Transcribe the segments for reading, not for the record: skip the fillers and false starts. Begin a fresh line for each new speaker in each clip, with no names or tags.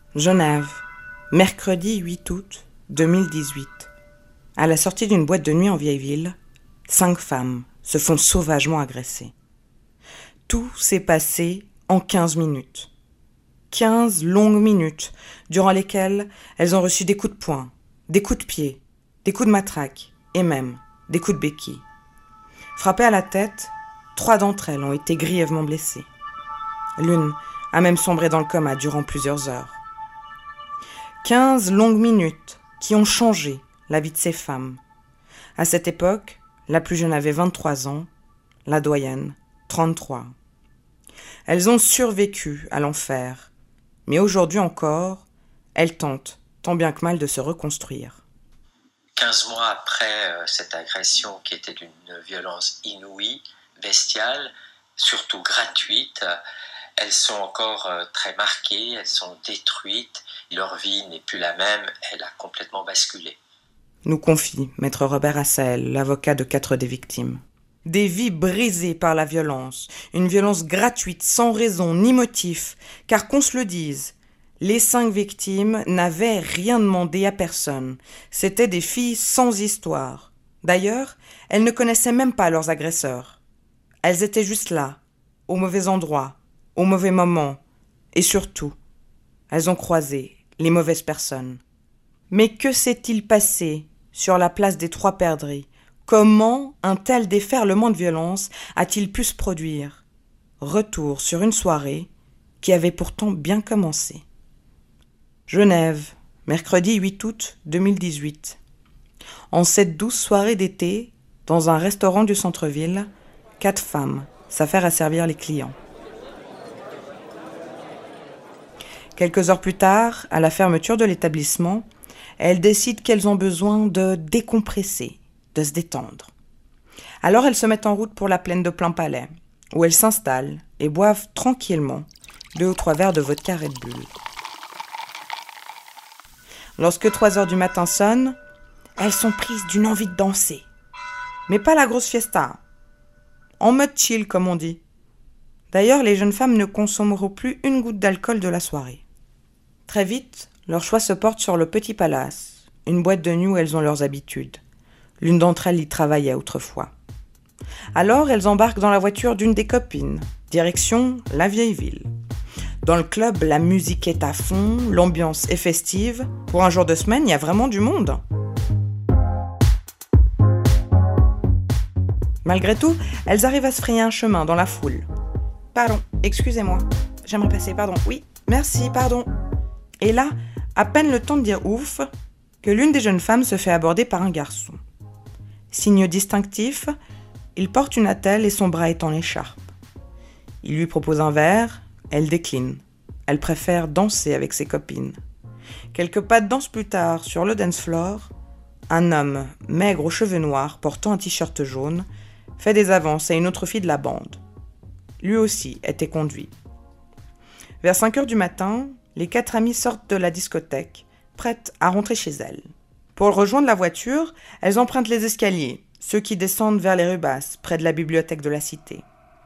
Genève, mercredi 8 août 2018. À la sortie d'une boîte de nuit en vieille ville, 5 femmes se font sauvagement agresser. Tout s'est passé en 15 minutes. 15 longues minutes, durant lesquelles elles ont reçu des coups de poing, des coups de pied, des coups de matraque et même des coups de béquille. Frappées à la tête, 3 d'entre elles ont été grièvement blessées. L'une a même sombré dans le coma durant plusieurs heures. 15 longues minutes qui ont changé la vie de ces femmes. À cette époque, la plus jeune avait 23 ans, la doyenne 33. Elles ont survécu à l'enfer, mais aujourd'hui encore, elles tentent tant bien que mal de se reconstruire.
15 mois après cette agression qui était d'une violence inouïe, bestiale, surtout gratuite, elles sont encore très marquées, elles sont détruites, leur vie n'est plus la même, elle a complètement basculé.
Nous confie Maître Robert Assael, l'avocat de 4 des victimes. Des vies brisées par la violence, une violence gratuite, sans raison ni motif, car qu'on se le dise, les 5 victimes n'avaient rien demandé à personne. C'étaient des filles sans histoire. D'ailleurs, elles ne connaissaient même pas leurs agresseurs. Elles étaient juste là, au mauvais endroit, au mauvais moment, et surtout, elles ont croisé les mauvaises personnes. Mais que s'est-il passé sur la place des 3 perdrix? Comment un tel déferlement de violence a-t-il pu se produire? Retour sur une soirée qui avait pourtant bien commencé. Genève, mercredi 8 août 2018. En cette douce soirée d'été, dans un restaurant du centre-ville, 4 femmes s'affairent à servir les clients. Quelques heures plus tard, à la fermeture de l'établissement, elles décident qu'elles ont besoin de décompresser, de se détendre. Alors elles se mettent en route pour la plaine de Plainpalais, où elles s'installent et boivent tranquillement 2 ou 3 verres de vodka Red Bull. Lorsque 3 heures du matin sonnent, elles sont prises d'une envie de danser. Mais pas la grosse fiesta. En mode chill, comme on dit. D'ailleurs, les jeunes femmes ne consommeront plus une goutte d'alcool de la soirée. Très vite, leur choix se porte sur le Petit Palace, une boîte de nuit où elles ont leurs habitudes. L'une d'entre elles y travaillait autrefois. Alors, elles embarquent dans la voiture d'une des copines, direction la vieille ville. Dans le club, la musique est à fond, l'ambiance est festive. Pour un jour de semaine, il y a vraiment du monde. Malgré tout, elles arrivent à se frayer un chemin dans la foule. « Pardon, excusez-moi, j'aimerais passer, pardon, oui, merci, pardon. » Et là, à peine le temps de dire ouf, que l'une des jeunes femmes se fait aborder par un garçon. Signe distinctif, il porte une attelle et son bras est en écharpe. Il lui propose un verre, elle décline. Elle préfère danser avec ses copines. Quelques pas de danse plus tard, sur le dance floor, un homme maigre aux cheveux noirs, portant un t-shirt jaune, fait des avances à une autre fille de la bande. Lui aussi était conduit. Vers 5 heures du matin, les 4 amies sortent de la discothèque, prêtes à rentrer chez elles. Pour rejoindre la voiture, elles empruntent les escaliers, ceux qui descendent vers les rues basses, près de la bibliothèque de la cité.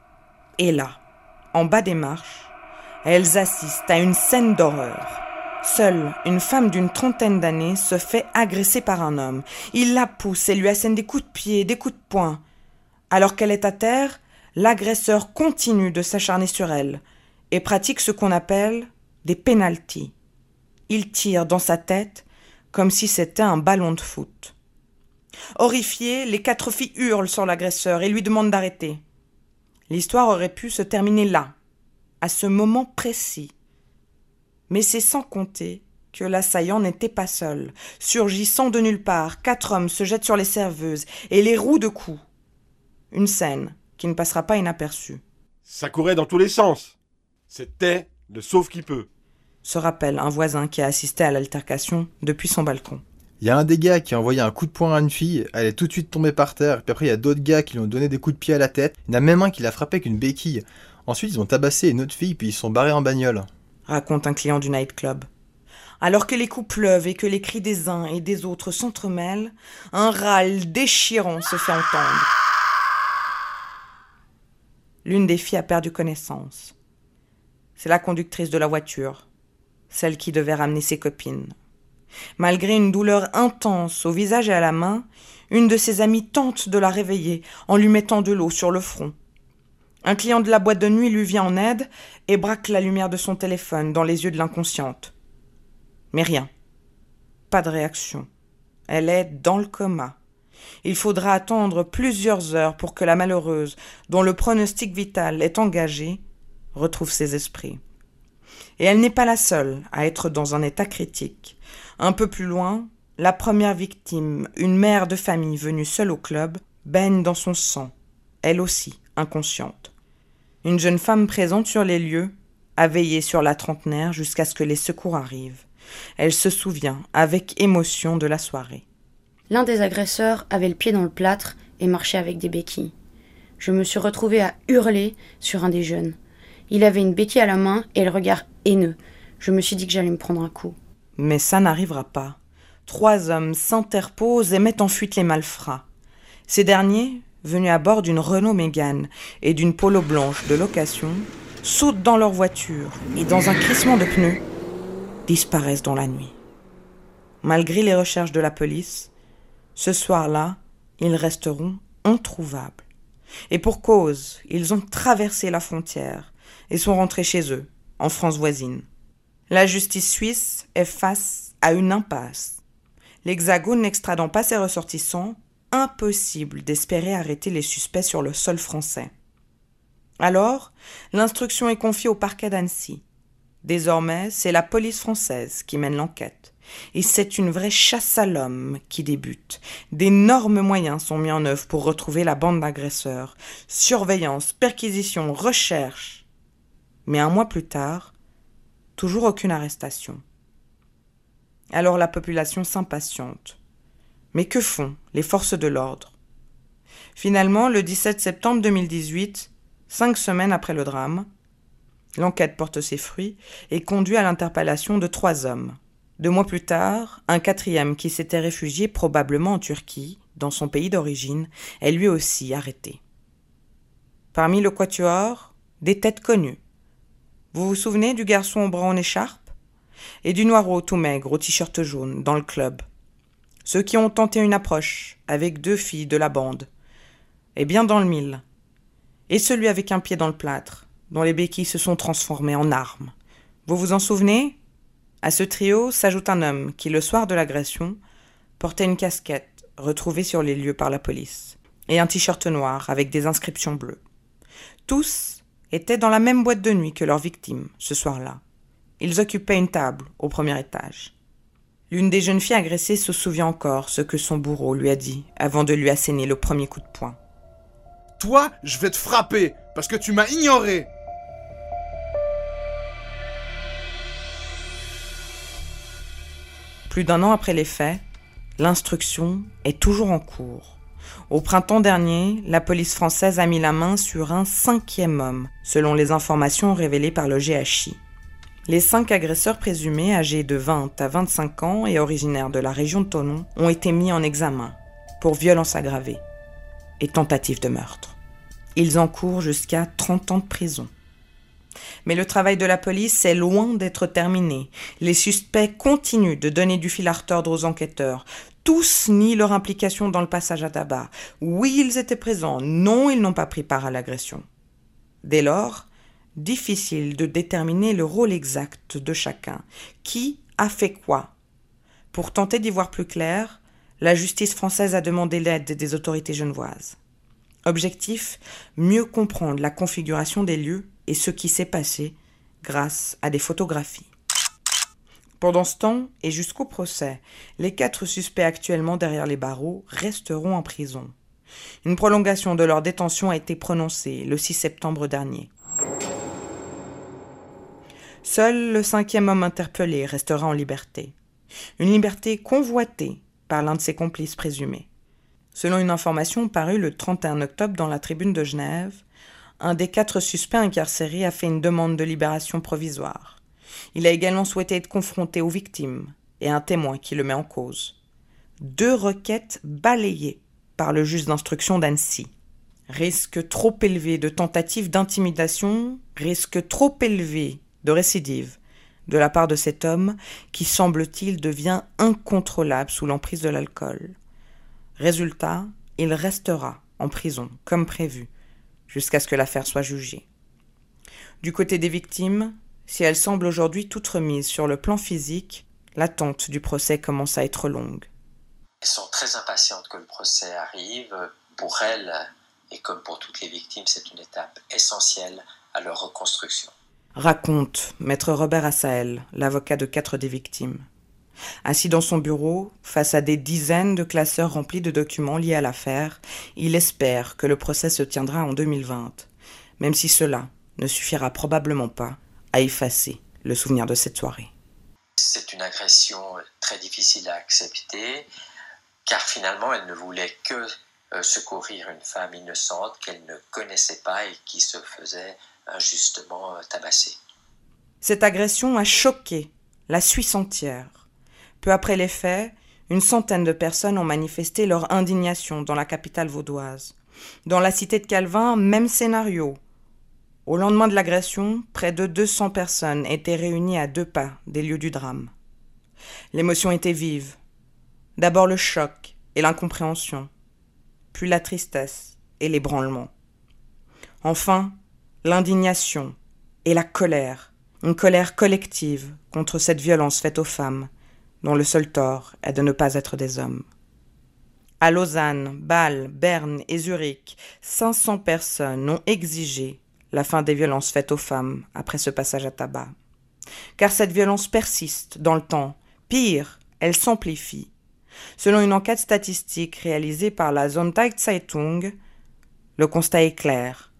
Et là, en bas des marches, elles assistent à une scène d'horreur. Seule une femme d'une 30aine d'années se fait agresser par un homme. Il la pousse et lui assène des coups de pied, des coups de poing. Alors qu'elle est à terre, l'agresseur continue de s'acharner sur elle et pratique ce qu'on appelle des pénaltys. Il tire dans sa tête comme si c'était un ballon de foot. Horrifiées, les 4 filles hurlent sur l'agresseur et lui demandent d'arrêter. L'histoire aurait pu se terminer là, à ce moment précis. Mais c'est sans compter que l'assaillant n'était pas seul. Surgissant de nulle part, 4 hommes se jettent sur les serveuses et les rouent de coups. Une scène qui ne passera pas inaperçue.
Ça courait dans tous les sens. C'était le sauve qui peut,
se rappelle un voisin qui a assisté à l'altercation depuis son balcon.
Il y a un des gars qui a envoyé un coup de poing à une fille, elle est tout de suite tombée par terre, puis après il y a d'autres gars qui lui ont donné des coups de pied à la tête, il y en a même un qui l'a frappé avec une béquille. Ensuite ils ont tabassé une autre fille puis ils sont barrés en bagnole.
Raconte un client du nightclub. Alors que les coups pleuvent et que les cris des uns et des autres s'entremêlent, un râle déchirant se fait entendre. L'une des filles a perdu connaissance. C'est la conductrice de la voiture. celle qui devait ramener ses copines. Malgré une douleur intense au visage et à la main, une de ses amies tente de la réveiller en lui mettant de l'eau sur le front. Un client de la boîte de nuit lui vient en aide et braque la lumière de son téléphone dans les yeux de l'inconsciente. Mais rien. Pas de réaction. Elle est dans le coma. Il faudra attendre plusieurs heures pour que la malheureuse, dont le pronostic vital est engagé, retrouve ses esprits. Et elle n'est pas la seule à être dans un état critique. Un peu plus loin, la première victime, une mère de famille venue seule au club, baigne dans son sang, elle aussi inconsciente. Une jeune femme présente sur les lieux a veillé sur la trentenaire jusqu'à ce que les secours arrivent. Elle se souvient avec émotion de la soirée.
L'un des agresseurs avait le pied dans le plâtre et marchait avec des béquilles. Je me suis retrouvée à hurler sur un des jeunes. Il avait une béquille à la main et le regard haineux. Je me suis dit que j'allais me prendre un coup.
Mais ça n'arrivera pas. 3 hommes s'interposent et mettent en fuite les malfrats. Ces derniers, venus à bord d'une Renault Mégane et d'une Polo blanche de location, sautent dans leur voiture et, dans un crissement de pneus, disparaissent dans la nuit. Malgré les recherches de la police, ce soir-là, ils resteront introuvables. Et pour cause, ils ont traversé la frontière et sont rentrés chez eux, en France voisine. La justice suisse est face à une impasse. L'Hexagone n'extradant pas ses ressortissants, impossible d'espérer arrêter les suspects sur le sol français. Alors, l'instruction est confiée au parquet d'Annecy. Désormais, c'est la police française qui mène l'enquête. Et c'est une vraie chasse à l'homme qui débute. D'énormes moyens sont mis en œuvre pour retrouver la bande d'agresseurs. Surveillance, perquisition, recherche. Mais 1 mois plus tard, toujours aucune arrestation. Alors la population s'impatiente. Mais que font les forces de l'ordre ? Finalement, le 17 septembre 2018, 5 semaines après le drame, l'enquête porte ses fruits et conduit à l'interpellation de 3 hommes. 2 mois plus tard, un 4e qui s'était réfugié probablement en Turquie, dans son pays d'origine, est lui aussi arrêté. Parmi le quatuor, des têtes connues. Vous vous souvenez du garçon au bras en écharpe ? Et du noiro tout maigre au t-shirt jaune dans le club. Ceux qui ont tenté une approche avec 2 filles de la bande. Et bien dans le mille. Et celui avec un pied dans le plâtre, dont les béquilles se sont transformées en armes. Vous vous en souvenez ? À ce trio s'ajoute un homme qui, le soir de l'agression, portait une casquette retrouvée sur les lieux par la police et un t-shirt noir avec des inscriptions bleues. Tous étaient dans la même boîte de nuit que leurs victimes ce soir-là. Ils occupaient une table au premier étage. L'une des jeunes filles agressées se souvient encore ce que son bourreau lui a dit avant de lui asséner le premier coup de poing.
« Toi, je vais te frapper parce que tu m'as ignoré !»
Plus d'1 an après les faits, l'instruction est toujours en cours. Au printemps dernier, la police française a mis la main sur un 5e homme, selon les informations révélées par le GHI. Les 5 agresseurs présumés, âgés de 20 à 25 ans et originaires de la région de Thonon, ont été mis en examen pour violence aggravée et tentative de meurtre. Ils encourent jusqu'à 30 ans de prison. Mais le travail de la police est loin d'être terminé. Les suspects continuent de donner du fil à retordre aux enquêteurs. Tous nient leur implication dans le passage à tabac. Oui, ils étaient présents. Non, ils n'ont pas pris part à l'agression. Dès lors, difficile de déterminer le rôle exact de chacun. Qui a fait quoi ? Pour tenter d'y voir plus clair, la justice française a demandé l'aide des autorités genevoises. Objectif, mieux comprendre la configuration des lieux et ce qui s'est passé grâce à des photographies. Pendant ce temps, et jusqu'au procès, les 4 suspects actuellement derrière les barreaux resteront en prison. Une prolongation de leur détention a été prononcée le 6 septembre dernier. Seul le 5e homme interpellé restera en liberté. Une liberté convoitée par l'un de ses complices présumés. Selon une information parue le 31 octobre dans la Tribune de Genève, un des 4 suspects incarcérés a fait une demande de libération provisoire. Il a également souhaité être confronté aux victimes et à un témoin qui le met en cause. 2 requêtes balayées par le juge d'instruction d'Annecy. Risque trop élevé de tentative d'intimidation, risque trop élevé de récidive, de la part de cet homme qui, semble-t-il, devient incontrôlable sous l'emprise de l'alcool. Résultat, il restera en prison, comme prévu, jusqu'à ce que l'affaire soit jugée. Du côté des victimes, si elles semblent aujourd'hui toutes remises sur le plan physique, l'attente du procès commence à être longue.
Elles sont très impatientes que le procès arrive. Pour elles, et comme pour toutes les victimes, c'est une étape essentielle à leur reconstruction.
Raconte maître Robert Assael, l'avocat de 4 des victimes. Assis dans son bureau, face à des dizaines de classeurs remplis de documents liés à l'affaire, il espère que le procès se tiendra en 2020, même si cela ne suffira probablement pas à effacer le souvenir de cette soirée.
C'est une agression très difficile à accepter, car finalement elle ne voulait que secourir une femme innocente qu'elle ne connaissait pas et qui se faisait injustement tabasser.
Cette agression a choqué la Suisse entière. Peu après les faits, une centaine de personnes ont manifesté leur indignation dans la capitale vaudoise. Dans la cité de Calvin, même scénario. Au lendemain de l'agression, près de 200 personnes étaient réunies à 2 pas des lieux du drame. L'émotion était vive. D'abord le choc et l'incompréhension, puis la tristesse et l'ébranlement. Enfin, l'indignation et la colère, une colère collective contre cette violence faite aux femmes, dont le seul tort est de ne pas être des hommes. À Lausanne, Bâle, Berne et Zurich, 500 personnes ont exigé la fin des violences faites aux femmes après ce passage à tabac. Car cette violence persiste dans le temps. Pire, elle s'amplifie. Selon une enquête statistique réalisée par la Sonntagszeitung, le constat est clair.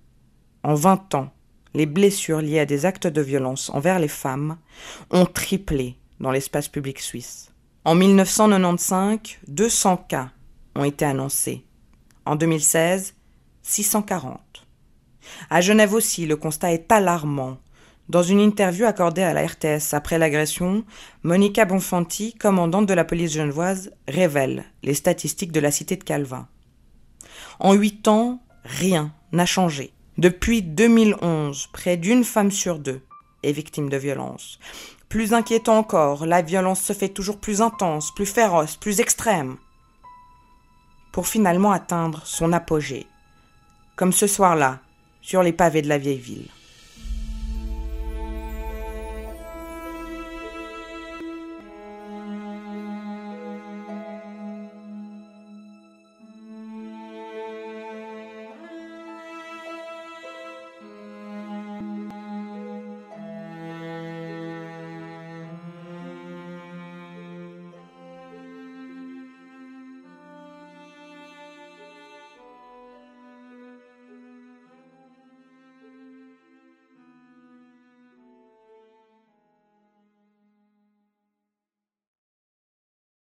En 20 ans, les blessures liées à des actes de violence envers les femmes ont triplé dans l'espace public suisse. En 1995, 200 cas ont été annoncés. En 2016, 640. À Genève aussi, le constat est alarmant. Dans une interview accordée à la RTS après l'agression, Monica Bonfanti, commandante de la police genevoise, révèle les statistiques de la cité de Calvin. En 8 ans, rien n'a changé. Depuis 2011, près d'1 femme sur 2 est victime de violence. Plus inquiétant encore, la violence se fait toujours plus intense, plus féroce, plus extrême, pour finalement atteindre son apogée, comme ce soir-là, sur les pavés de la vieille ville.